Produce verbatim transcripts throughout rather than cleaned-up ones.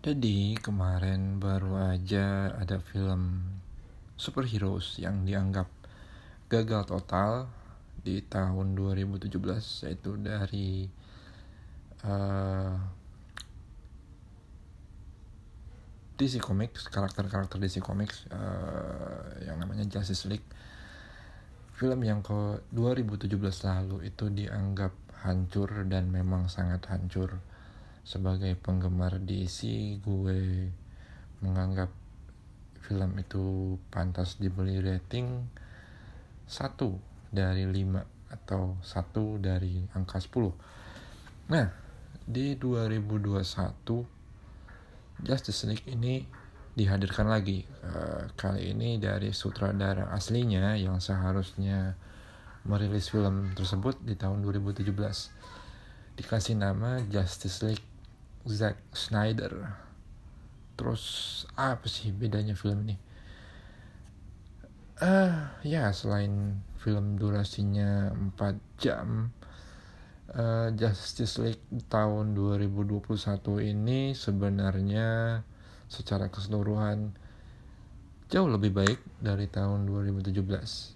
Jadi kemarin baru aja ada film superheroes yang dianggap gagal total di tahun dua ribu tujuh belas, yaitu dari uh, D C Comics, karakter-karakter D C Comics uh, yang namanya Justice League. Film yang ke dua ribu tujuh belas lalu itu dianggap hancur dan memang sangat hancur. Sebagai penggemar D C, gue menganggap film itu pantas diberi rating satu dari lima atau satu dari angka sepuluh. Nah, di dua ribu dua puluh satu Justice League ini dihadirkan lagi. Uh, kali ini dari sutradara aslinya yang seharusnya merilis film tersebut di tahun dua ribu tujuh belas. Dikasih nama Justice League Zack Snyder. Terus apa sih bedanya film ini? Uh, ya selain film durasinya empat jam, uh, Justice League tahun dua ribu dua puluh satu ini sebenarnya secara keseluruhan jauh lebih baik dari tahun dua ribu tujuh belas.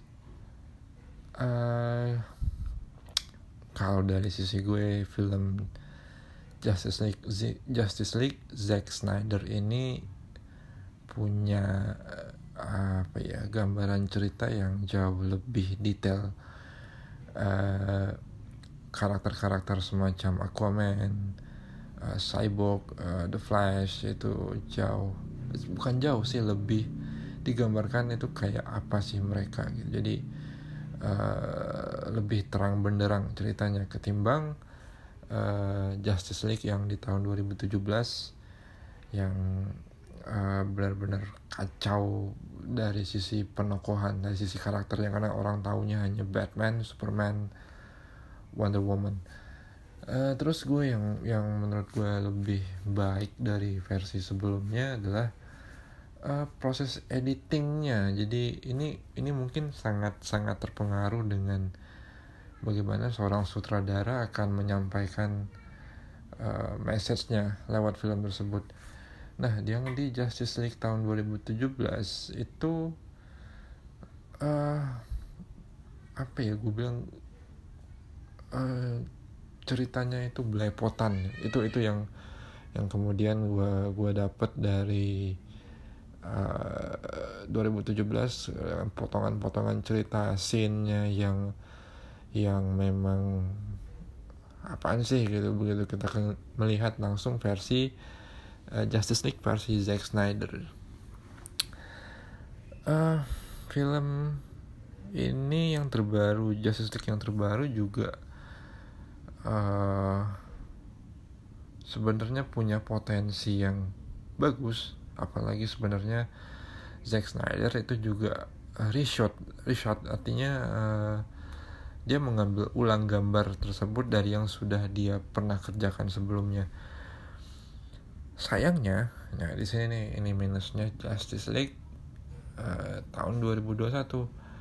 Uh, kalau dari sisi gue, film Justice League Justice League Zack Snyder ini punya uh, apa ya gambaran cerita yang jauh lebih detail. Uh, karakter-karakter semacam Aquaman, uh, Cyborg, uh, The Flash itu jauh bukan jauh sih lebih digambarkan itu kayak apa sih mereka gitu. Jadi uh, lebih terang benderang ceritanya ketimbang Uh, Justice League yang di tahun dua ribu tujuh belas yang uh, benar-benar kacau dari sisi penokohan, dari sisi karakter yang karena orang taunya hanya Batman, Superman, Wonder Woman. Uh, terus gue yang yang menurut gue lebih baik dari versi sebelumnya adalah uh, proses editingnya. Jadi ini ini mungkin sangat sangat terpengaruh dengan bagaimana seorang sutradara akan menyampaikan uh, message-nya lewat film tersebut. Nah, yang di Justice League tahun dua ribu tujuh belas itu uh, apa ya gue bilang uh, ceritanya itu belepotan. Itu itu yang yang kemudian gue gue dapet dari uh, dua ribu tujuh belas, uh, potongan-potongan cerita scene-nya yang yang memang apaan sih gitu begitu kita melihat langsung versi uh, Justice League versi Zack Snyder. Uh, film ini yang terbaru, Justice League yang terbaru juga uh, sebenarnya punya potensi yang bagus, apalagi sebenarnya Zack Snyder itu juga uh, reshot, reshot artinya uh, dia mengambil ulang gambar tersebut dari yang sudah dia pernah kerjakan sebelumnya. Sayangnya, nah di sini nih ini minusnya Justice League uh, tahun dua ribu dua puluh satu.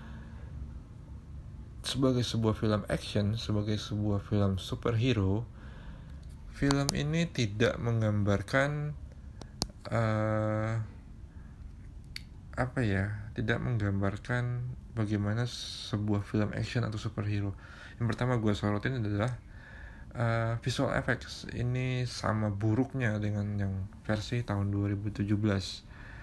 Sebagai sebuah film action, sebagai sebuah film superhero, film ini tidak menggambarkan uh, apa ya, tidak menggambarkan bagaimana sebuah film action atau superhero. Yang pertama gue sorotin adalah uh, visual effects. Ini sama buruknya dengan yang versi tahun dua ribu tujuh belas.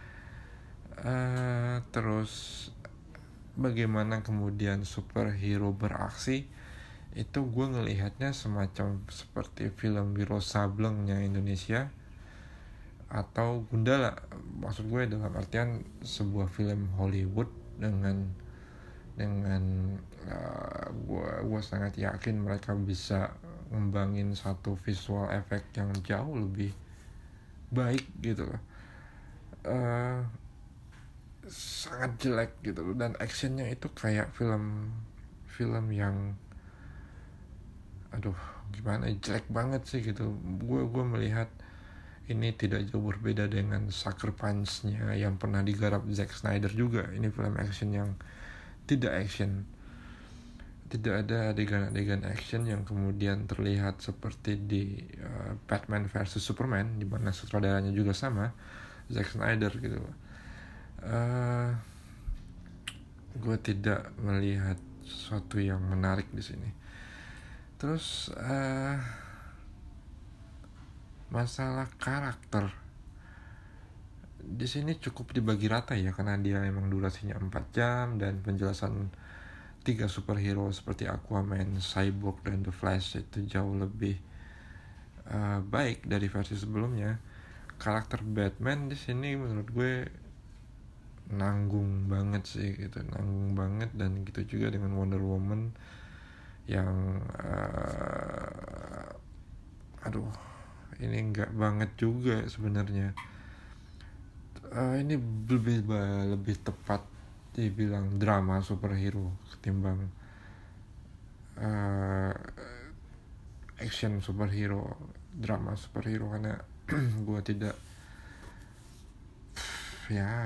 Uh, terus bagaimana kemudian superhero beraksi, itu gue ngelihatnya semacam seperti film Wiro Sablengnya Indonesia atau Gundala. Maksud gue dalam artian sebuah film Hollywood dengan dengan uh, gue gue sangat yakin mereka bisa ngembangin satu visual effect yang jauh lebih baik gitu loh. Uh, sangat jelek gitu loh, dan actionnya itu kayak film film yang aduh gimana jelek banget sih gitu. Gue gue melihat ini tidak jauh berbeda dengan Sucker Punch-nya yang pernah digarap Zack Snyder juga. Ini film action yang tidak action. tidak ada adegan-adegan action yang kemudian terlihat seperti di uh, Batman versus Superman, di mana sutradaranya juga sama, Zack Snyder gitu. Uh, gue tidak melihat sesuatu yang menarik di sini. Terus uh, masalah karakter di sini cukup dibagi rata ya, karena dia emang durasinya empat jam dan penjelasan tiga superhero seperti Aquaman, Cyborg, dan The Flash itu jauh lebih uh, baik dari versi sebelumnya. Karakter Batman di sini menurut gue nanggung banget sih gitu, nanggung banget, dan gitu juga dengan Wonder Woman yang uh, aduh ini enggak banget juga sebenarnya. Uh, ini lebih lebih tepat dibilang drama superhero ketimbang uh, action superhero, drama superhero, karena gue tidak ya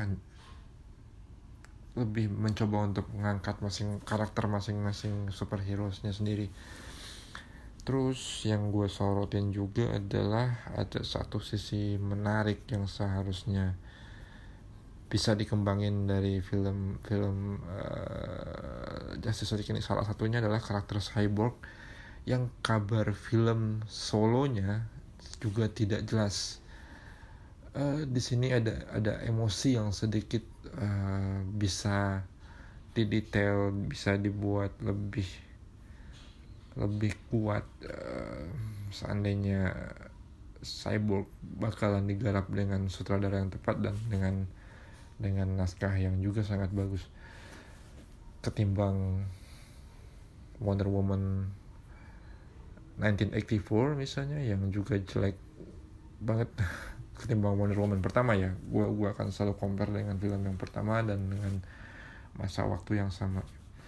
lebih mencoba untuk mengangkat masing karakter masing-masing superhero-nya sendiri. Terus yang gue sorotin juga adalah ada satu sisi menarik yang seharusnya bisa dikembangin dari film-film uh, Justice League ini. Salah satunya adalah karakter Cyborg yang kabar film solonya juga tidak jelas. Uh, di sini ada ada emosi yang sedikit uh, bisa didetail, bisa dibuat lebih lebih kuat uh, seandainya Cyborg bakalan digarap dengan sutradara yang tepat dan dengan dengan naskah yang juga sangat bagus ketimbang Wonder Woman nineteen eighty-four misalnya yang juga jelek banget ketimbang Wonder Woman pertama ya. Gue gue akan selalu compare dengan film yang pertama dan dengan masa waktu yang sama.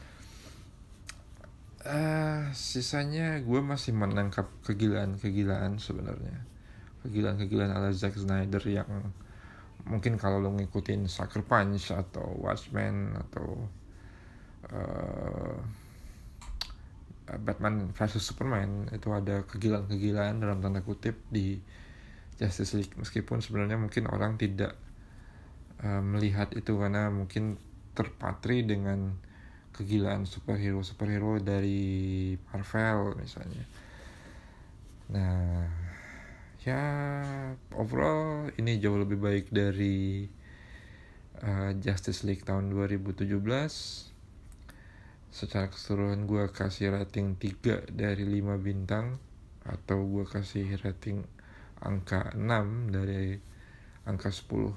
Uh, sisanya gue masih menangkap kegilaan-kegilaan sebenarnya, kegilaan-kegilaan ala Zack Snyder yang mungkin kalau lo ngikutin Sucker Punch atau Watchmen atau uh, Batman versus Superman, itu ada kegilaan-kegilaan dalam tanda kutip di Justice League, meskipun sebenarnya mungkin orang tidak uh, melihat itu karena mungkin terpatri dengan kegilaan superhero-superhero dari Marvel misalnya. Nah, ya overall ini jauh lebih baik dari uh, Justice League tahun dua ribu tujuh belas. Secara keseluruhan gue kasih rating tiga dari lima bintang, atau gue kasih rating angka enam dari angka sepuluh.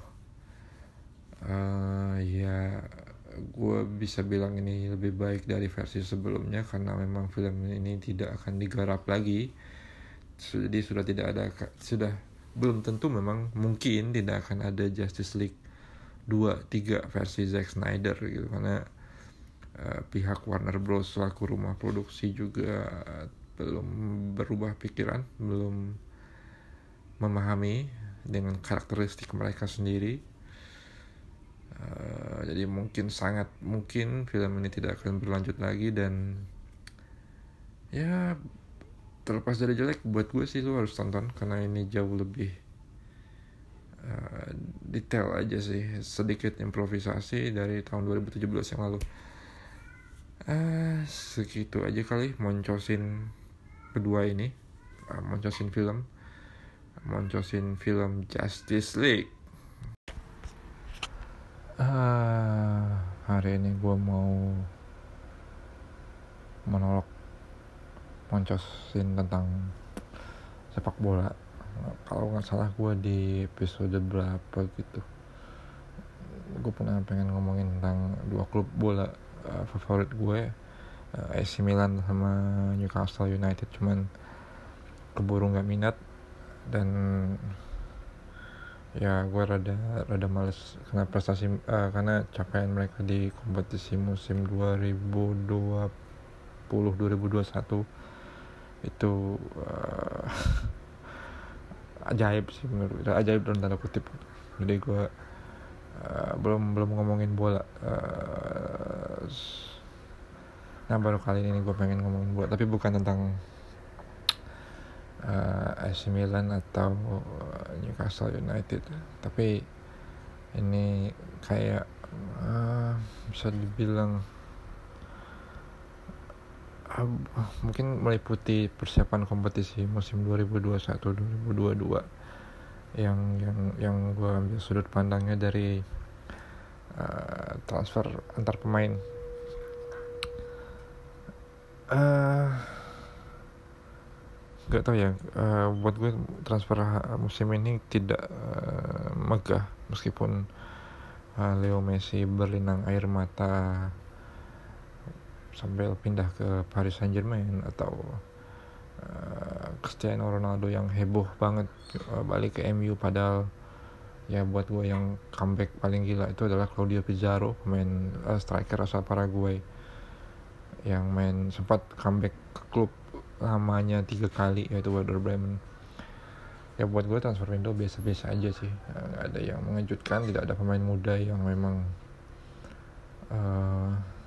uh, Ya gue bisa bilang ini lebih baik dari versi sebelumnya karena memang film ini tidak akan digarap lagi. Jadi sudah tidak ada, sudah belum tentu, memang mungkin tidak akan ada Justice League dua, tiga versi Zack Snyder gitu, karena uh, pihak Warner Bros selaku rumah produksi juga belum berubah pikiran, belum memahami dengan karakteristik mereka sendiri. Uh, jadi mungkin sangat mungkin film ini tidak akan berlanjut lagi, dan ya terlepas dari jelek, buat gue sih lu harus tonton karena ini jauh lebih uh, detail aja sih, sedikit improvisasi dari tahun dua ribu tujuh belas yang lalu. Uh, segitu aja kali moncosin kedua ini, uh, moncosin film, moncosin film Justice League. Uh, hari ini gue mau monolog moncosin tentang sepak bola. Kalau nggak salah gue di episode berapa gitu, gue pernah pengen ngomongin tentang dua klub bola uh, favorit gue, uh, A C Milan sama Newcastle United, cuman keburu nggak minat dan ya gue rada rada males karena prestasi uh, karena capaian mereka di kompetisi musim dua ribu dua puluh dua ribu dua puluh satu itu uh, ajaib sih menurut gue, ajaib dalam tanda kutip. Jadi gue uh, belum belum ngomongin bola, uh, Nah baru kali ini gue pengen ngomongin buat, tapi bukan tentang uh, A C Milan atau uh, Newcastle United, tapi ini kayak uh, bisa dibilang uh, mungkin meliputi persiapan kompetisi musim dua ribu dua puluh satu dua ribu dua puluh dua yang yang yang gue ambil sudut pandangnya dari uh, transfer antar pemain. Uh, gak tau ya, uh, buat gue transfer musim ini tidak uh, megah, meskipun uh, Leo Messi berlinang air mata sambil pindah ke Paris Saint-Germain, atau uh, Cristiano Ronaldo yang heboh banget uh, balik ke M U, padahal ya buat gue yang comeback paling gila itu adalah Claudio Pizarro, pemain uh, striker asal Paraguay yang main sempat comeback ke klub lamanya tiga kali, yaitu Werder Bremen. Ya buat gue transfer window biasa-biasa aja sih, nggak ada yang mengejutkan, tidak ada pemain muda yang memang uh,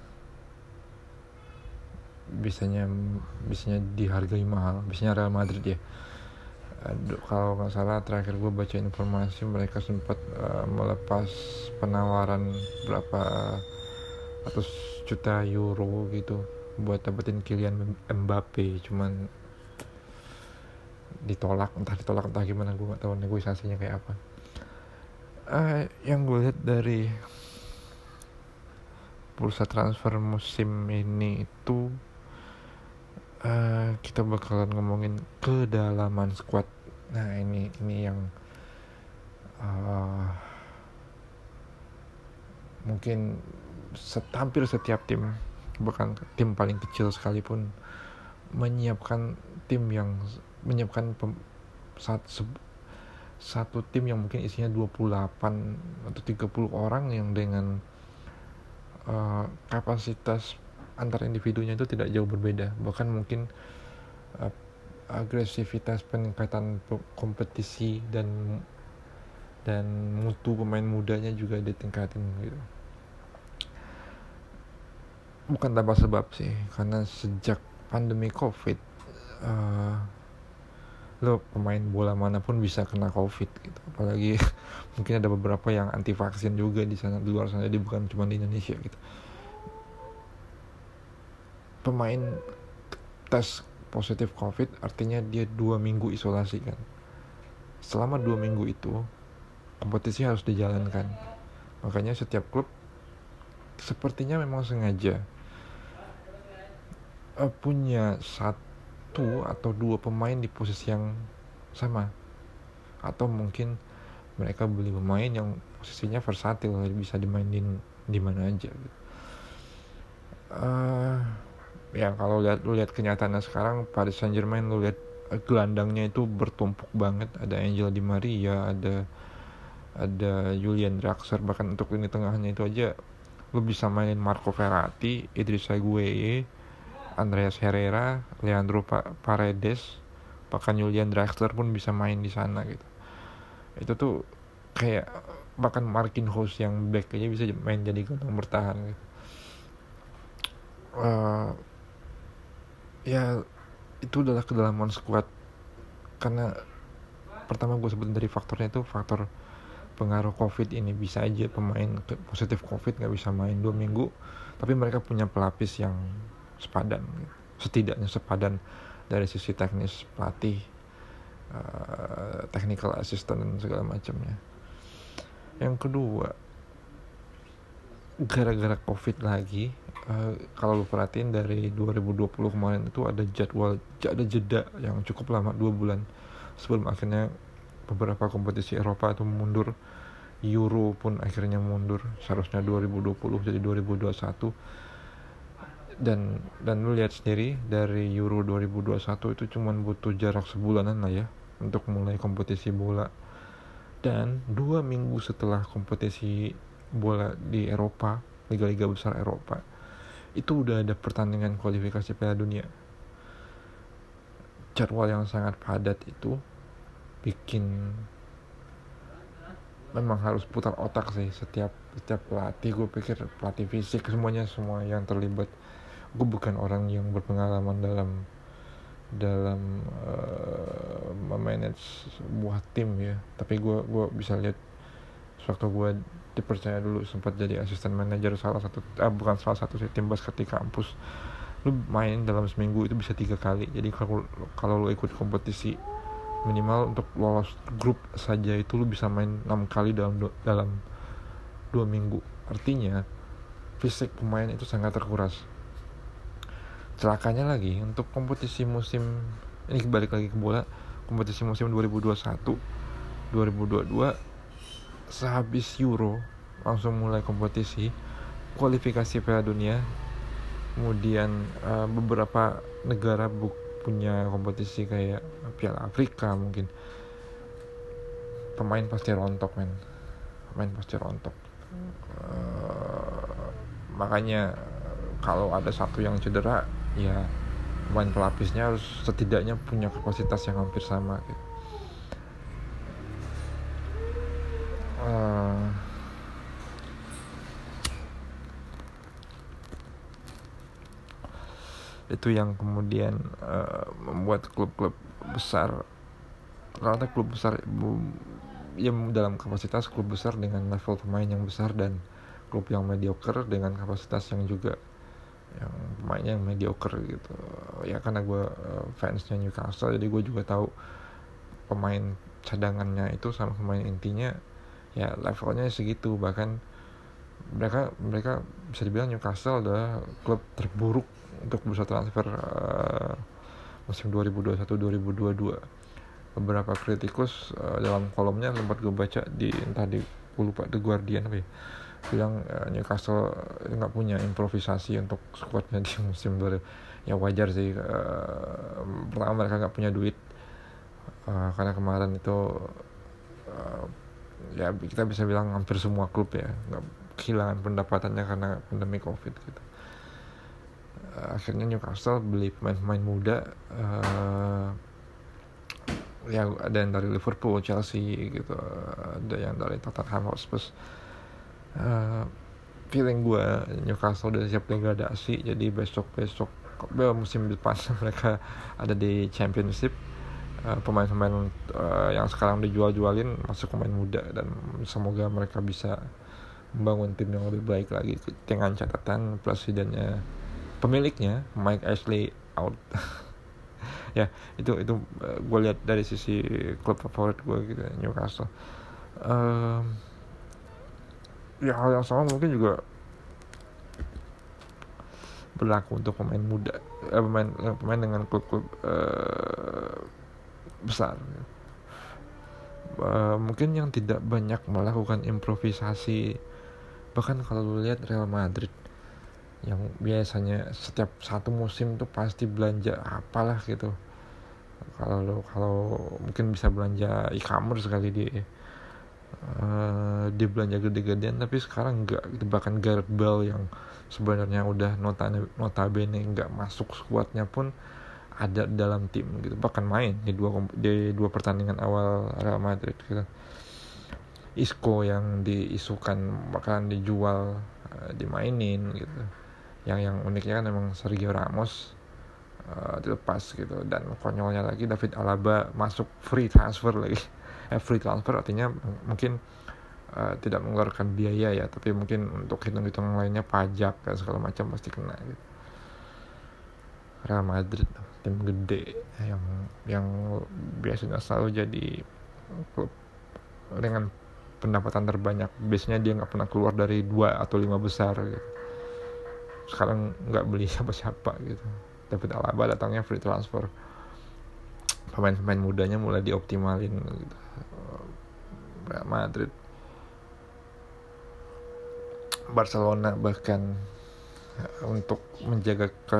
bisanya bisanya dihargai mahal. Bisanya Real Madrid ya. Aduh, kalau nggak salah terakhir gue baca informasi mereka sempat uh, melepas penawaran berapa ratus juta euro gitu buat dapetin Kylian Mbappe, cuman ditolak, entah ditolak entah gimana, gue nggak tahu negosiasinya kayak apa. Uh, yang gue lihat dari bursa transfer musim ini itu uh, kita bakalan ngomongin kedalaman squad. Nah ini ini yang uh, mungkin set, hampir setiap tim, bahkan tim paling kecil sekalipun, menyiapkan tim yang menyiapkan pem, satu, satu tim yang mungkin isinya dua puluh delapan atau tiga puluh orang yang dengan uh, kapasitas antar individunya itu tidak jauh berbeda, bahkan mungkin uh, agresivitas peningkatan kompetisi dan dan mutu pemain mudanya juga ditingkatin gitu. Bukan tanpa sebab sih, karena sejak pandemi COVID, uh, lo pemain bola manapun bisa kena COVID gitu. Apalagi mungkin ada beberapa yang anti vaksin juga di sana, di luar sana, jadi bukan cuma di Indonesia gitu. Pemain tes positif COVID artinya dia dua minggu isolasi kan. Selama dua minggu itu kompetisi harus dijalankan. Makanya setiap klub sepertinya memang sengaja uh, punya satu atau dua pemain di posisi yang sama, atau mungkin mereka beli pemain yang posisinya versatil, bisa dimainin di mana aja gitu. Uh, ya kalau lihat lu lihat kenyataannya sekarang Paris Saint-Germain, lu lihat gelandangnya itu bertumpuk banget, ada Angel Di Maria, ada ada Julian Draxler, bahkan untuk lini tengahnya itu aja lu bisa mainin Marco Verratti, Idrissa Gueye, Andreas Herrera, Leandro Paredes, bahkan Julian Draxler pun bisa main di sana gitu. Itu tuh kayak bahkan Marquinhos yang back aja bisa main jadi gelandang bertahan gitu. Uh, ya itu adalah kedalaman squad, karena pertama gue sebutin dari faktornya itu faktor pengaruh COVID ini. Bisa aja pemain positif COVID nggak bisa main dua minggu, tapi mereka punya pelapis yang sepadan, setidaknya sepadan dari sisi teknis, pelatih, uh, technical assistant dan segala macamnya. Yang kedua, gara-gara COVID lagi, uh, kalau lu perhatiin dari dua ribu dua puluh kemarin itu ada jadwal, ada jeda yang cukup lama, dua bulan sebelum akhirnya beberapa kompetisi Eropa itu mundur. Euro pun akhirnya mundur, seharusnya dua ribu dua puluh jadi dua ribu dua puluh satu. Dan dan lu lihat sendiri dari Euro dua ribu dua puluh satu itu cuma butuh jarak sebulanan lah ya untuk mulai kompetisi bola. Dan dua minggu setelah kompetisi bola di Eropa, liga-liga besar Eropa, itu udah ada pertandingan kualifikasi Piala Dunia. Jadwal yang sangat padat itu bikin memang harus putar otak sih setiap setiap pelatih. Gue pikir pelatih fisik semuanya, semua yang terlibat gue bukan orang yang berpengalaman dalam dalam uh, memanage sebuah tim ya, tapi gue gue bisa lihat sewaktu gue dipercaya dulu sempat jadi asisten manajer salah satu ah bukan salah satu sih, tim basket di kampus. Lu main dalam seminggu itu bisa tiga kali, jadi kalau kalau lu ikut kompetisi minimal untuk lolos grup saja itu lu bisa main enam kali dalam do, dalam dua minggu. Artinya fisik pemain itu sangat terkuras. Celakanya lagi untuk kompetisi musim ini, balik lagi ke bola, kompetisi musim dua ribu dua puluh satu dua ribu dua puluh dua sehabis Euro langsung mulai kompetisi kualifikasi Piala Dunia, kemudian uh, beberapa negara bu- punya kompetisi kayak Piala Afrika mungkin, pemain pasti rontok men pemain pasti rontok uh, makanya kalau ada satu yang cedera ya pemain pelapisnya harus setidaknya punya kapasitas yang hampir sama gitu. Uh, itu yang kemudian uh, membuat klub-klub besar, rata klub besar yang dalam kapasitas klub besar dengan level pemain yang besar dan klub yang mediocre dengan kapasitas yang juga yang pemainnya yang mediocre gitu ya. Karena gue uh, fansnya Newcastle, jadi gue juga tahu pemain cadangannya itu sama pemain intinya ya levelnya segitu. Bahkan mereka mereka bisa dibilang Newcastle adalah klub terburuk untuk bursa transfer uh, musim dua ribu dua puluh satu dua ribu dua puluh dua. Beberapa kritikus uh, dalam kolomnya sempat gue baca di entah di gue lupa The Guardian apa ya, bilang uh, Newcastle nggak punya improvisasi untuk skuadnya di musim dua ribu. Ya wajar sih, uh, pertama mereka nggak punya duit uh, karena kemarin itu uh, ya kita bisa bilang hampir semua klub ya nggak kehilangan pendapatannya karena pandemi COVID gitu. Uh, akhirnya Newcastle beli pemain-pemain muda, uh, ya ada yang dari Liverpool, Chelsea gitu, ada yang dari Tottenham Hotspur. Uh, feeling gue Newcastle udah siap degradasi, jadi besok-besok musim depan mereka ada di Championship. Uh, pemain-pemain uh, yang sekarang dijual-jualin masuk pemain muda dan semoga mereka bisa membangun tim yang lebih baik lagi dengan catatan presidennya pemiliknya Mike Ashley out. Ya itu itu uh, gue lihat dari sisi klub favorit gue gitu, Newcastle. Uh, ya hal yang sama mungkin juga berlaku untuk pemain muda, eh, pemain pemain dengan klub-klub uh, besar. Uh, mungkin yang tidak banyak melakukan improvisasi. Bahkan kalau lu lihat Real Madrid yang biasanya setiap satu musim tuh pasti belanja apalah gitu. Kalau kalau mungkin bisa belanja e-commerce kali dia, uh, dia belanja gede-gedean, tapi sekarang enggak gitu. Bahkan Gareth Bale yang sebenarnya udah nota notabene nggak masuk skuadnya pun ada dalam tim gitu, bahkan main di dua di dua pertandingan awal Real Madrid gitu. Isco yang diisukan bakalan dijual, uh, dimainin gitu. Yang yang uniknya kan memang Sergio Ramos uh, dilepas gitu, dan konyolnya lagi David Alaba masuk free transfer lagi. eh, free transfer artinya mungkin uh, tidak mengeluarkan biaya ya, tapi mungkin untuk hitung-hitungan lainnya pajak dan segala macam pasti kena gitu. Real Madrid tim gede yang yang biasanya selalu jadi klub dengan pendapatan terbanyak, biasanya dia nggak pernah keluar dari dua atau lima besar gitu. Sekarang nggak beli siapa-siapa gitu. David Alaba datangnya free transfer, pemain-pemain mudanya mulai dioptimalin gitu. Real Madrid, Barcelona bahkan untuk menjaga ke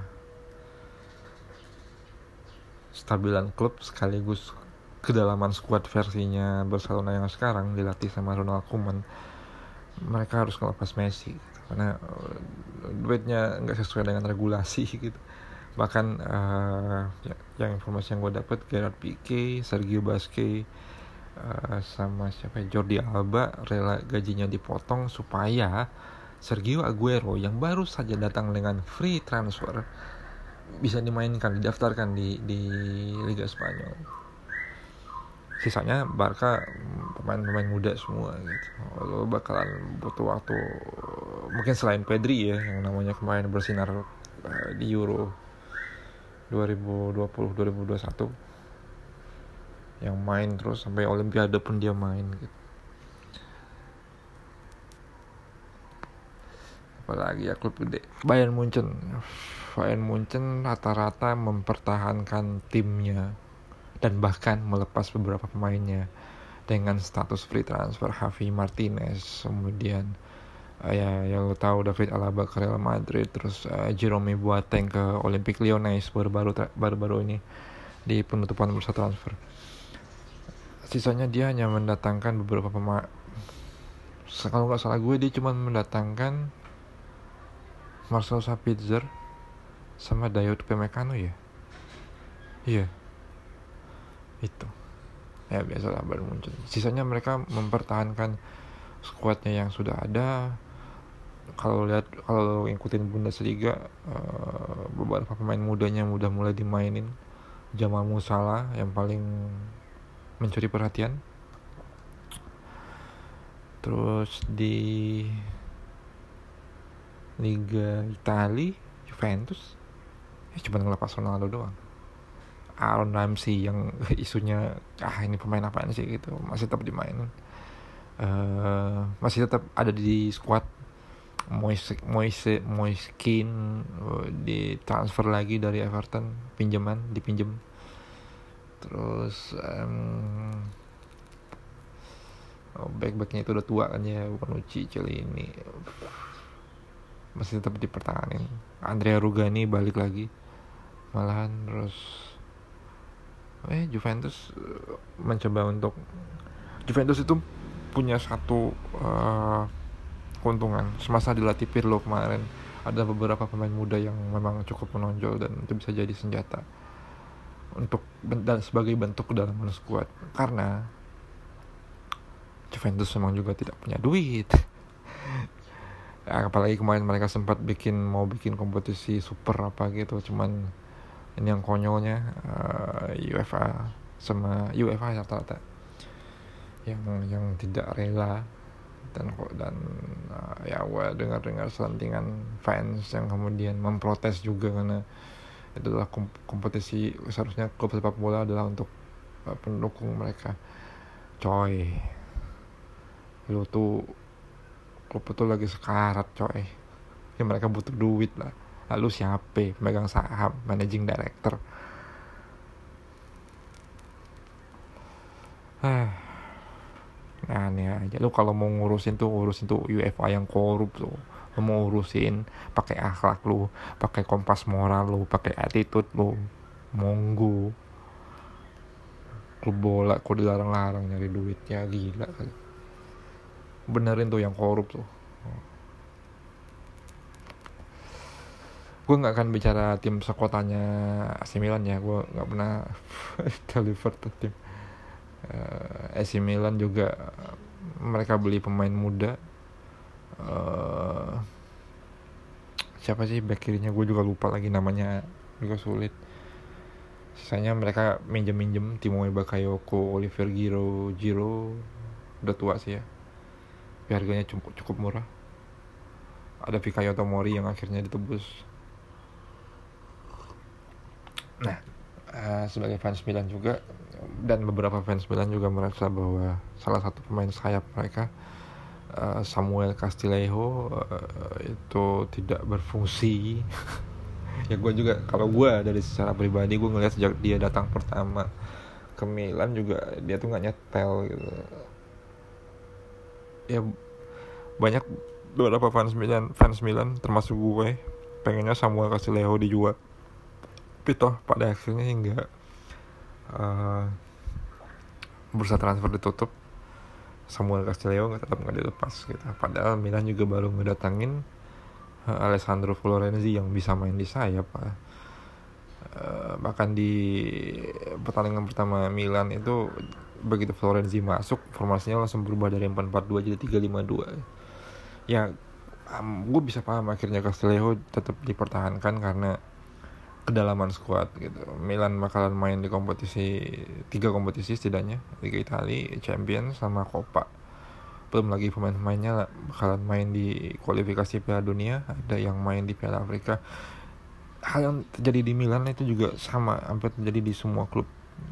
stabilan klub sekaligus kedalaman skuad versinya Barcelona yang sekarang dilatih sama Ronald Koeman, mereka harus ngelepas Messi gitu, karena uh, duitnya nggak sesuai dengan regulasi gitu. Bahkan uh, ya, yang informasi yang gue dapat, Gerard Pique, Sergio Busquets, uh, sama siapa Jordi Alba rela gajinya dipotong supaya Sergio Aguero yang baru saja datang dengan free transfer bisa dimainkan, didaftarkan di di Liga Spanyol. Sisanya Barca pemain-pemain muda semua gitu. Lo bakalan butuh waktu, mungkin selain Pedri ya yang namanya kemarin bersinar uh, di Euro dua ribu dua puluh dua ribu dua puluh satu yang main terus sampai Olimpiade pun dia main gitu. Apalagi ya klub gede, Bayern Munchen. Bayern Munchen rata-rata mempertahankan timnya dan bahkan melepas beberapa pemainnya dengan status free transfer. Javi Martinez, kemudian uh, ya yang lo tahu David Alaba ke Real Madrid, terus uh, Jerome Boateng ke Olympique Lyonnais baru-baru baru-baru ini di penutupan bursa transfer. Sisanya dia hanya mendatangkan beberapa pemain. Kalau nggak salah gue dia cuma mendatangkan Marcel Sabitzer sama Dayot Upamecano ya. Iya. Itu. Ya biasalah Bayern Munchen. Sisanya mereka mempertahankan skuadnya yang sudah ada. Kalau lihat kalau ngikutin Bundesliga, uh, beberapa pemain mudanya udah mulai dimainin. Jamal Musiala yang paling mencuri perhatian. Terus di Liga Italia, Juventus ya cuma ngelepas Ronaldo doang. Aaron Ramsey yang isunya ah ini pemain apaan sih gitu masih tetap dimainin, uh, masih tetap ada di squad. Moise Moise Moiskin uh, ditransfer lagi dari Everton, pinjaman dipinjem. Terus um, oh, back-backnya itu udah tua kan ya, Bonucci, Chiellini masih tetap dipertahanin. Andrea Rugani balik lagi malahan. Terus eh Juventus uh, mencoba untuk Juventus itu punya satu uh, keuntungan semasa dilatih Pirlo kemarin. Ada beberapa pemain muda yang memang cukup menonjol dan itu bisa jadi senjata untuk dan sebagai bentuk kedalaman skuad, karena Juventus memang juga tidak punya duit. Apalagi kemarin mereka sempat bikin mau bikin kompetisi super apa gitu, cuman ini yang konyolnya uh, UEFA sama UEFA rata-rata yang yang tidak rela dan dan uh, ya gue dengar-dengar selentingan fans yang kemudian memprotes juga, karena itu adalah kompetisi, seharusnya klub sepak bola adalah untuk uh, pendukung mereka. Coy, lu tuh klub itu lagi sekarat coy ya, mereka butuh duit lah. Lalu siapa pemegang saham, managing director? Nah aneh aja. Lu kalau mau ngurusin tuh ngurusin tuh UEFA yang korup tuh. Lu mau urusin pakai akhlak lu, pakai kompas moral lu, pakai attitude lu, monggo. Klub bola kok dilarang-larang nyari duit, ya gila kali. Benerin tuh yang korup tuh. Gue nggak akan bicara tim sekotanya A C Milan ya, gue nggak pernah deliver tuh tim. uh, A C Milan juga mereka beli pemain muda. Uh, siapa sih back kirinya, gue juga lupa lagi namanya, juga sulit. Sisanya mereka minjem-minjem Timo Bakayoko, Oliver Giroud, Giroud udah tua sih ya, tapi harganya cukup, cukup murah. Ada Fikayo Tomori yang akhirnya ditebus. Nah, uh, sebagai fans Milan juga, dan beberapa fans Milan juga merasa bahwa salah satu pemain sayap mereka, uh, Samuel Castillejo, uh, itu tidak berfungsi. Ya gue juga, kalau gue dari secara pribadi gue ngelihat sejak dia datang pertama ke Milan juga dia tuh nggak nyetel gitu. Ya banyak beberapa fans Milan, fans Milan termasuk gue pengennya Samuel Castillejo dijual. Tapi toh pada akhirnya hingga uh, bursa transfer ditutup, Samuel Castillejo nggak tetap nggak dilepas gitu. Padahal Milan juga baru ngedatangin uh, Alessandro Florenzi yang bisa main di sayap. Uh, bahkan di pertandingan pertama Milan itu begitu Florenzi masuk, formasinya langsung berubah dari empat empat dua jadi tiga lima dua. Ya um, gue bisa paham akhirnya Castillejo tetap dipertahankan karena kedalaman skuad gitu. Milan bakalan main di kompetisi tiga kompetisi setidaknya, Liga Italia, Champions sama Coppa. Belum lagi pemain-pemainnya bakalan main di kualifikasi Piala Dunia, ada yang main di Piala Afrika. Hal yang terjadi di Milan itu juga sama, hampir terjadi di semua klub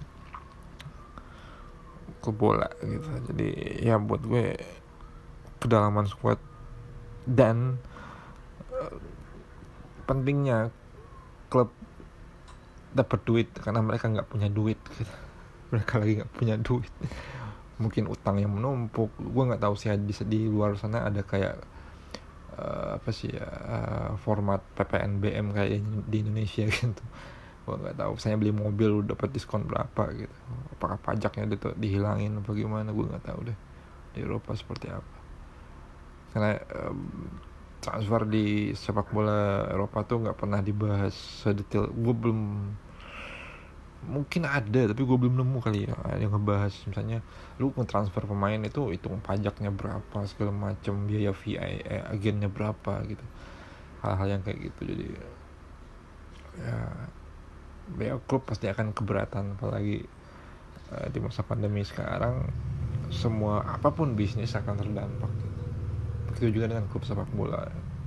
klub bola gitu. Jadi ya buat gue kedalaman skuad dan uh, pentingnya klub dapat duit karena mereka nggak punya duit gitu. Mereka lagi nggak punya duit, mungkin utang yang menumpuk. Gue nggak tahu sih di, di luar sana ada kayak uh, apa sih ya uh, format P P N B M kayak di Indonesia gitu. Gue nggak tahu, misalnya beli mobil dapat diskon berapa gitu, apakah pajaknya itu dihilangin apa gimana, gue nggak tahu deh di Eropa seperti apa. Karena um, transfer di sepak bola Eropa tuh nggak pernah dibahas sedetail. Gue belum, mungkin ada tapi gue belum nemu kali ya yang ngebahas misalnya lu ngetransfer pemain itu hitung pajaknya berapa segala macam, biaya V I eh, agennya berapa gitu, hal-hal yang kayak gitu. Jadi ya, ya klub pasti akan keberatan, apalagi uh, di masa pandemi sekarang semua apapun bisnis akan terdampak gitu. Begitu juga dengan klub sepak bola.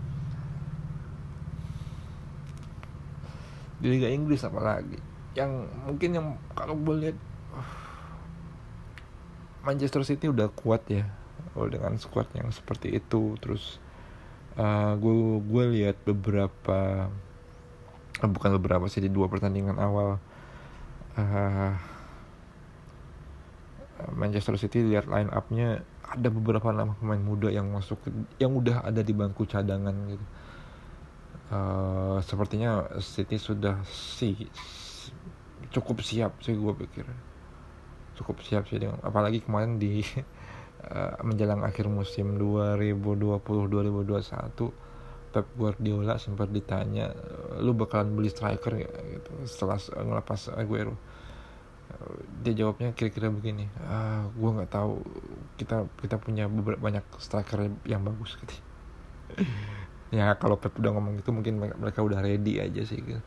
Di Liga Inggris apalagi yang mungkin yang kalau gue lihat Manchester City udah kuat ya, oh, dengan squad yang seperti itu. Terus uh, gue gue lihat beberapa uh, bukan beberapa sih, di dua pertandingan awal uh, Manchester City, lihat line up-nya ada beberapa nama pemain muda yang masuk, yang udah ada di bangku cadangan gitu. Uh, sepertinya City sudah sih cukup siap sih, gue pikir cukup siap sih dengan, apalagi kemarin di uh, menjelang akhir musim dua ribu dua puluh dua ribu dua puluh satu Pep Guardiola sempat ditanya, lu bakalan beli striker gak gitu setelah ngelepas Aguero. Uh, dia jawabnya kira-kira begini, ah gue nggak tahu, kita kita punya beberapa banyak striker yang bagus gitu. Ya kalau Pep udah ngomong gitu mungkin mereka, mereka udah ready aja sih gitu.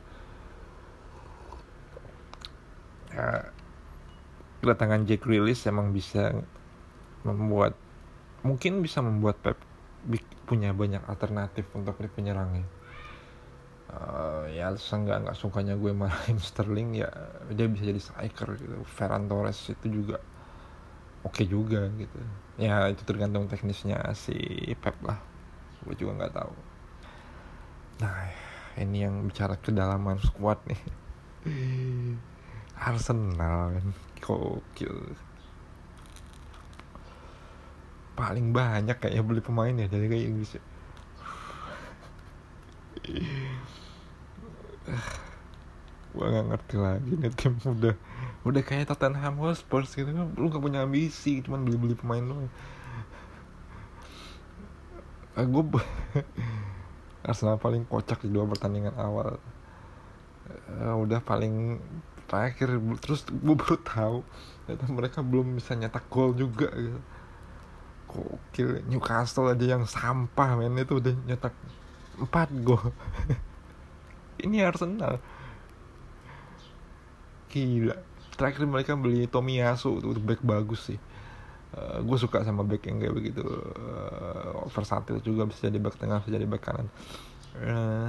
Ya, kedatangan Jack Grealish emang bisa membuat, mungkin bisa membuat Pep punya banyak alternatif untuk di penyerangnya. Uh, ya seenggak nggak sukanya gue marahin Sterling, ya dia bisa jadi striker gitu. Ferran Torres itu juga oke okay juga gitu. Ya itu tergantung teknisnya si Pep lah, gue juga nggak tahu. Nah ini yang bicara kedalaman squad nih. Arsenal kan gokil, paling banyak kayaknya beli pemain ya dari kayak Inggris ya. Gue nggak ngerti lagi nih tim udah udah kayak Tottenham Hotspur gitu kan, lu nggak punya ambisi, cuman beli beli pemain doang. Ah, gue Arsenal paling kocak di dua pertandingan awal. Uh, udah paling terakhir, terus gue baru tahu ternyata mereka belum bisa nyetak gol juga gitu. Gokil, Newcastle aja yang sampah men itu udah nyetak empat gol. Ini Arsenal gila. Terakhir mereka beli Tomiyasu, itu back bagus sih. Uh, gue suka sama back yang kayak begitu, uh, versatil juga, bisa jadi back tengah, bisa jadi back kanan. Uh,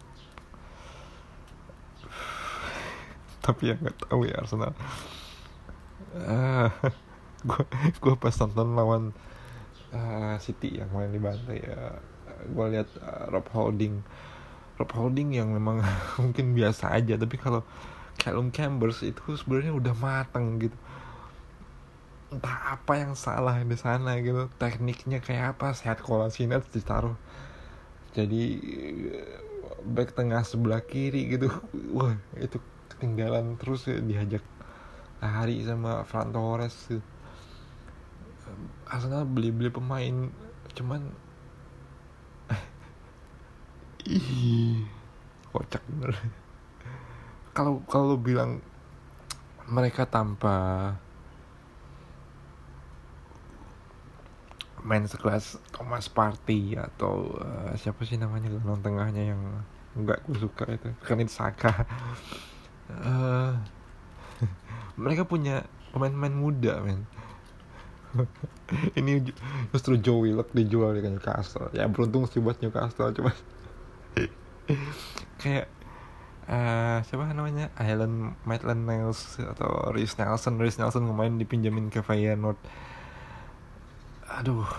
tapi ya nggak tahu ya Arsenal. Uh, gue gue pas nonton lawan uh, City yang main di Bantai ya, gue lihat uh, Rob Holding, Rob Holding yang memang mungkin biasa aja, tapi kalau Callum Chambers itu sebenarnya udah matang gitu. Entah apa yang salah di sana gitu, tekniknya kayak apa, Sead Kolasinac ditaruh jadi back tengah sebelah kiri gitu. Wah itu ketinggalan terus ya, diajak lari sama Ferran Torres gitu. Arsenal beli-beli pemain cuman ih kocak bener. Kalau kalau bilang mereka tanpa main sekelas Thomas Partey atau uh, siapa sih namanya gelandang tengahnya yang nggak gue suka itu Granit Xhaka. uh, Mereka punya pemain-pemain muda men. Ini justru Joe Willock dijual di Newcastle. Ya beruntung sih buat Newcastle, cuma kayak uh, siapa namanya Island Maitland Niles atau Reece Nelson Reece Nelson kemarin dipinjamin ke Feyenoord. Aduh,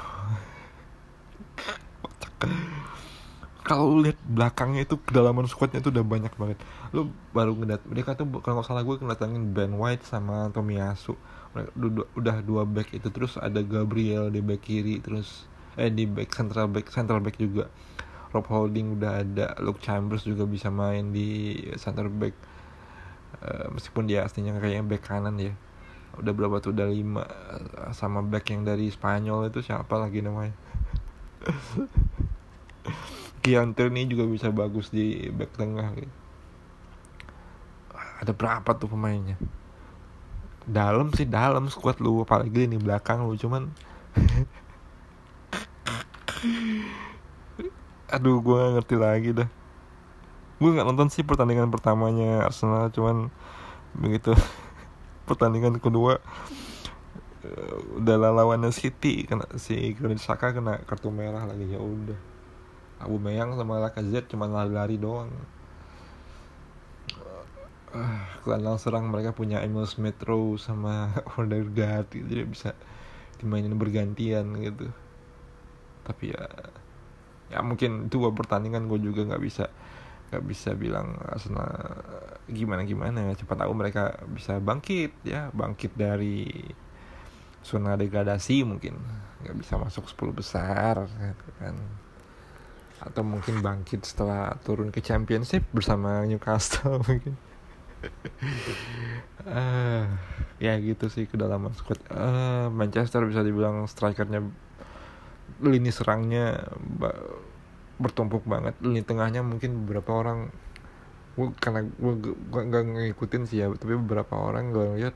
kalau lu lihat belakangnya itu kedalaman squadnya itu udah banyak banget. Lu baru ngeliat mereka tuh kalau nggak salah gue ngedatangin Ben White sama Tomiyasu. Udah, udah dua back itu, terus ada Gabriel di back kiri, terus eh di back central back central back juga. Rob Holding udah ada, Luke Chambers juga bisa main di center back. Uh, meskipun dia aslinya kayaknya back kanan ya. Udah berapa tuh, udah lima. Sama back yang dari Spanyol itu siapa lagi namanya? Kiantir juga bisa bagus di back tengah gitu. Ada berapa tuh pemainnya? Dalam sih dalam squad lu, apalagi ini belakang lu, cuman aduh gue gak ngerti lagi dah. Gue gak nonton sih pertandingan pertamanya Arsenal, cuman begitu pertandingan kedua uh, udah lawannya City kena si Granit Xhaka kena kartu merah lagi. Ya udah, Aubameyang sama Lacazette cuma lari-lari doang. Uh, gelandang serang mereka punya Emil Smith Rowe sama Odegaard, jadi bisa dimainin bergantian gitu. Tapi ya ya mungkin itu dua pertandingan gue juga nggak bisa nggak bisa bilang Arsenal gimana gimana. Cepat tahu mereka bisa bangkit ya, bangkit dari zona degradasi, mungkin nggak bisa masuk sepuluh besar gitu kan, atau mungkin bangkit setelah turun ke Championship bersama Newcastle mungkin. uh, ya gitu sih kedalaman squad. uh, Manchester bisa dibilang strikernya, lini serangnya bertumpuk banget, lini tengahnya mungkin beberapa orang gue karena gue gak ngikutin sih ya, tapi beberapa orang gue lihat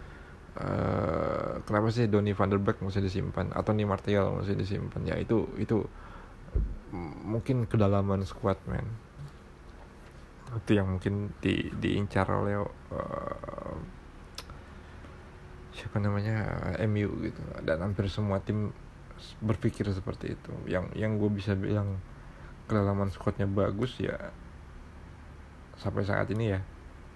uh, kenapa sih Donny van der Beek mesti disimpan atau Anthony Martial mesti disimpan. Ya itu itu mungkin kedalaman squad man, itu yang mungkin di, diincar oleh uh, siapa namanya M U gitu, dan hampir semua tim berpikir seperti itu. Yang yang gue bisa bilang kedalaman squadnya bagus ya sampai saat ini ya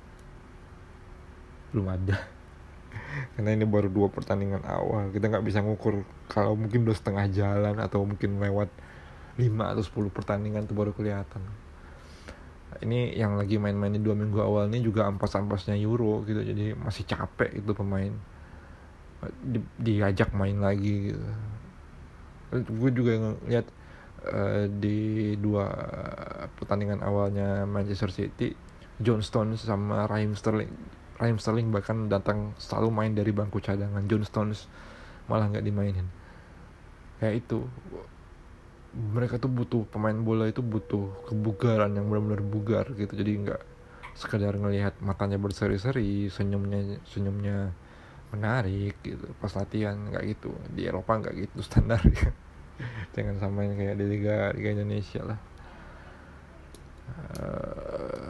belum ada. Karena ini baru dua pertandingan awal, kita nggak bisa ngukur. Kalau mungkin udah setengah jalan atau mungkin lewat lima atau sepuluh pertandingan tuh baru kelihatan. Ini yang lagi main-main di dua minggu awal ini juga ampas-ampasnya Euro gitu, jadi masih capek itu pemain di, diajak main lagi gitu. Gue juga ngeliat uh, di dua pertandingan awalnya Manchester City, John Stones sama Raheem Sterling Raheem Sterling bahkan datang selalu main dari bangku cadangan, John Stones malah nggak dimainin. Kayak itu, mereka tuh butuh, pemain bola itu butuh kebugaran yang benar-benar bugar gitu. Jadi nggak sekedar ngelihat matanya berseri-seri, senyumnya senyumnya menarik gitu pas latihan, nggak gitu. Di Eropa nggak gitu standar. Jangan samain kayak di Liga Liga Indonesia lah. Uh,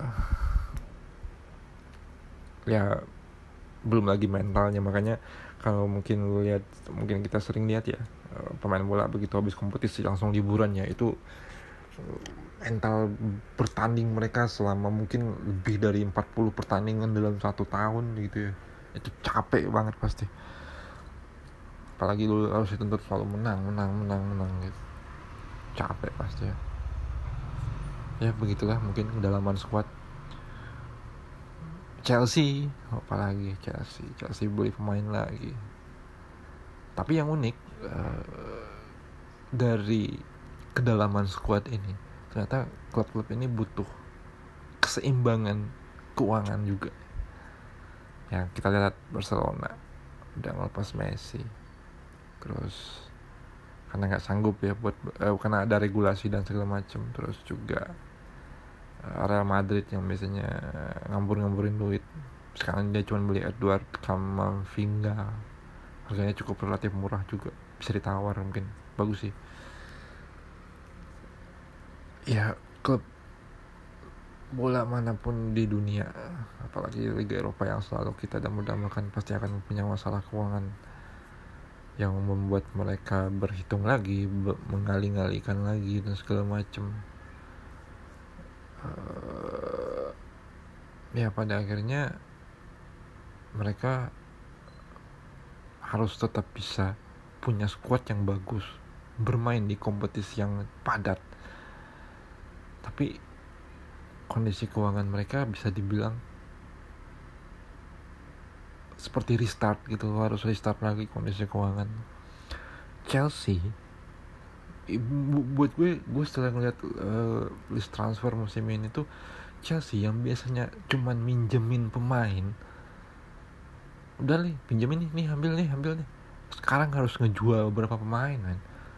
ya belum lagi mentalnya. Makanya kalau mungkin lu lihat, mungkin kita sering lihat ya, pemain bola begitu habis kompetisi langsung liburan ya, itu mental bertanding mereka selama mungkin lebih dari empat puluh pertandingan dalam satu tahun gitu ya, itu capek banget pasti. Apalagi lu harus dituntut selalu menang menang menang menang gitu, capek pasti ya. Ya begitulah mungkin kedalaman squad Chelsea. Apalagi Chelsea Chelsea beli pemain lagi. Tapi yang unik uh, dari kedalaman squad ini, ternyata klub-klub ini butuh keseimbangan keuangan juga. Ya kita lihat Barcelona udah ngelepas Messi, terus karena nggak sanggup ya buat eh, karena ada regulasi dan segala macam. Terus juga uh, Real Madrid yang biasanya ngambur-ngamburin duit, sekarang dia cuma beli Edward Camavinga harganya cukup relatif murah juga, bisa ditawar, mungkin bagus sih. Ya klub bola manapun di dunia, apalagi Liga Eropa yang selalu kita dambakan pasti akan punya masalah keuangan yang membuat mereka berhitung lagi, mengali-ngalikan lagi dan segala macam. Uh, ya pada akhirnya mereka harus tetap bisa punya skuad yang bagus, bermain di kompetisi yang padat. Tapi kondisi keuangan mereka bisa dibilang seperti restart gitu, harus restart lagi kondisi keuangan. Chelsea, buat gue, gue setelah ngeliat uh, list transfer musim ini tuh, Chelsea yang biasanya cuman minjemin pemain, udah nih pinjemin nih, nih ambil nih, ambil nih. Sekarang harus ngejual beberapa pemain kan.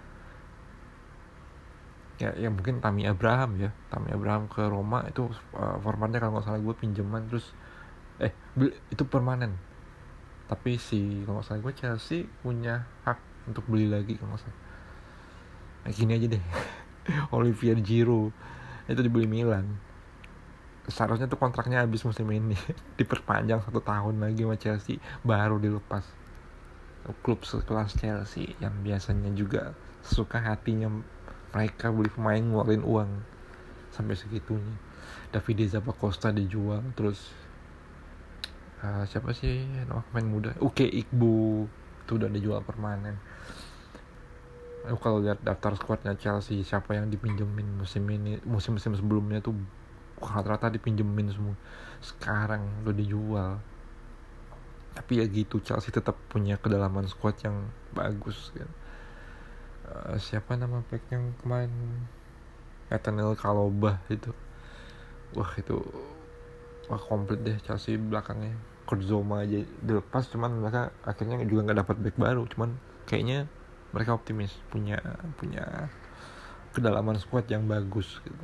Ya, ya mungkin Tammy Abraham ya, Tammy Abraham ke Roma itu uh, formatnya kalau nggak salah gue pinjaman terus eh itu permanen. Tapi si kalau nggak salah gue Chelsea punya hak untuk beli lagi kalau nggak salah. Nah, gini aja deh, Olivier Giroud itu dibeli Milan. Seharusnya tuh kontraknya habis musim ini, diperpanjang satu tahun lagi sama Chelsea, baru dilepas. Klub sekelas Chelsea yang biasanya juga suka hatinya mereka beli pemain ngeluarin uang sampai segitunya. Davide Zappacosta dijual, terus uh, siapa sih nama pemain muda, Uke Igbo itu udah dijual permanen. Lu kalau lihat daftar skuadnya Chelsea, siapa yang dipinjemin musim ini, musim-musim sebelumnya tuh rata-rata dipinjemin semua, sekarang udah dijual. Tapi ya gitu, Chelsea tetap punya kedalaman skuad yang bagus kan. Uh, siapa nama back yang kemarin, Nathaniel Kalobah itu, wah itu wah komplit deh Chelsea belakangnya. Kurt Zouma aja dilepas, cuman mereka akhirnya juga nggak dapat back baru, cuman kayaknya mereka optimis punya punya kedalaman skuad yang bagus gitu.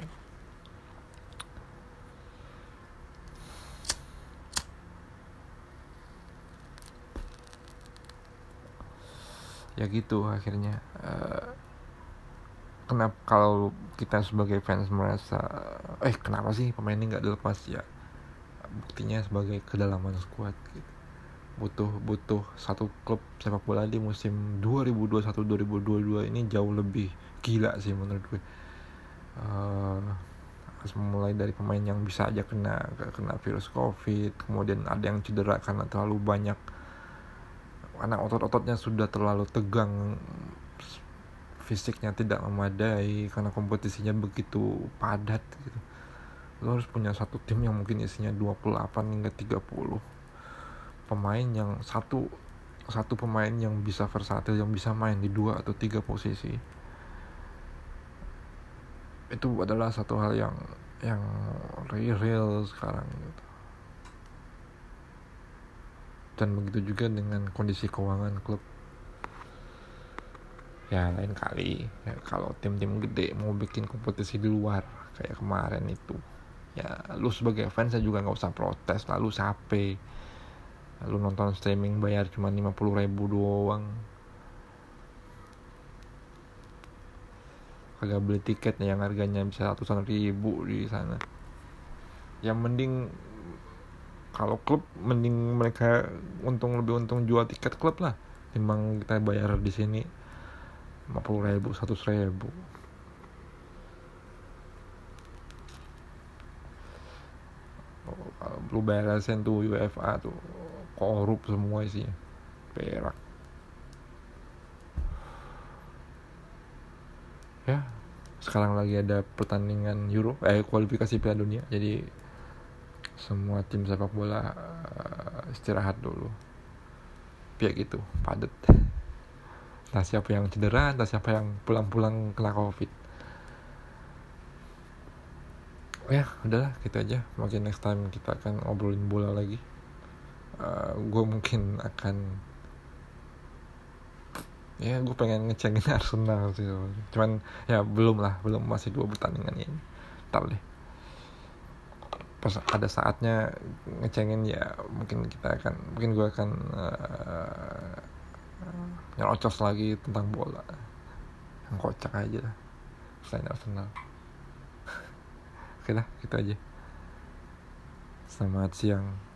Ya gitu akhirnya. Uh, kenapa kalau kita sebagai fans merasa eh kenapa sih pemain ini nggak dilepas, ya buktinya sebagai kedalaman skuad gitu. butuh butuh satu klub sepak bola di musim dua ribu dua puluh satu dua ribu dua puluh dua ini jauh lebih gila sih menurut gue. Uh, mulai dari pemain yang bisa aja kena kena virus COVID, kemudian ada yang cedera karena terlalu banyak, karena otot-ototnya sudah terlalu tegang, fisiknya tidak memadai karena kompetisinya begitu padat gitu. Lo harus punya satu tim yang mungkin isinya dua puluh delapan hingga tiga puluh pemain, yang satu satu pemain yang bisa versatil, yang bisa main di dua atau tiga posisi. Itu adalah satu hal yang yang real sekarang gitu. Dan begitu juga dengan kondisi keuangan klub. Ya lain kali ya, kalau tim-tim gede mau bikin kompetisi di luar kayak kemarin itu, ya lu sebagai fans juga nggak usah protes, lalu sape lu nonton streaming bayar cuma lima puluh ribu doang, kagak beli tiket yang harganya bisa ratusan ribu di sana. Yang mending kalau klub, mending mereka untung, lebih untung jual tiket klub lah, timbang kita bayar di sini lima puluh ribu, seratus ribu. Oh, kalau lu bayar sen tuh U E F A tuh korup semua isinya, perak. Ya, sekarang lagi ada pertandingan Euro, eh kualifikasi Piala Dunia, jadi semua tim sepak bola uh, istirahat dulu. Kayak gitu, padet. Entah siapa yang cedera, entah siapa yang pulang-pulang kena COVID. Ya, udahlah gitu aja. Mungkin next time kita akan ngobrolin bola lagi. Uh, gue mungkin akan ya gue pengen ngecengin Arsenal sih, cuman ya belum lah, belum, masih dua pertandingan ini. Ntar deh pas ada saatnya ngecengin ya, mungkin kita akan mungkin gue akan uh, nyerocos lagi tentang bola yang kocak aja selain Arsenal. Oke dah, gitu aja. Selamat siang.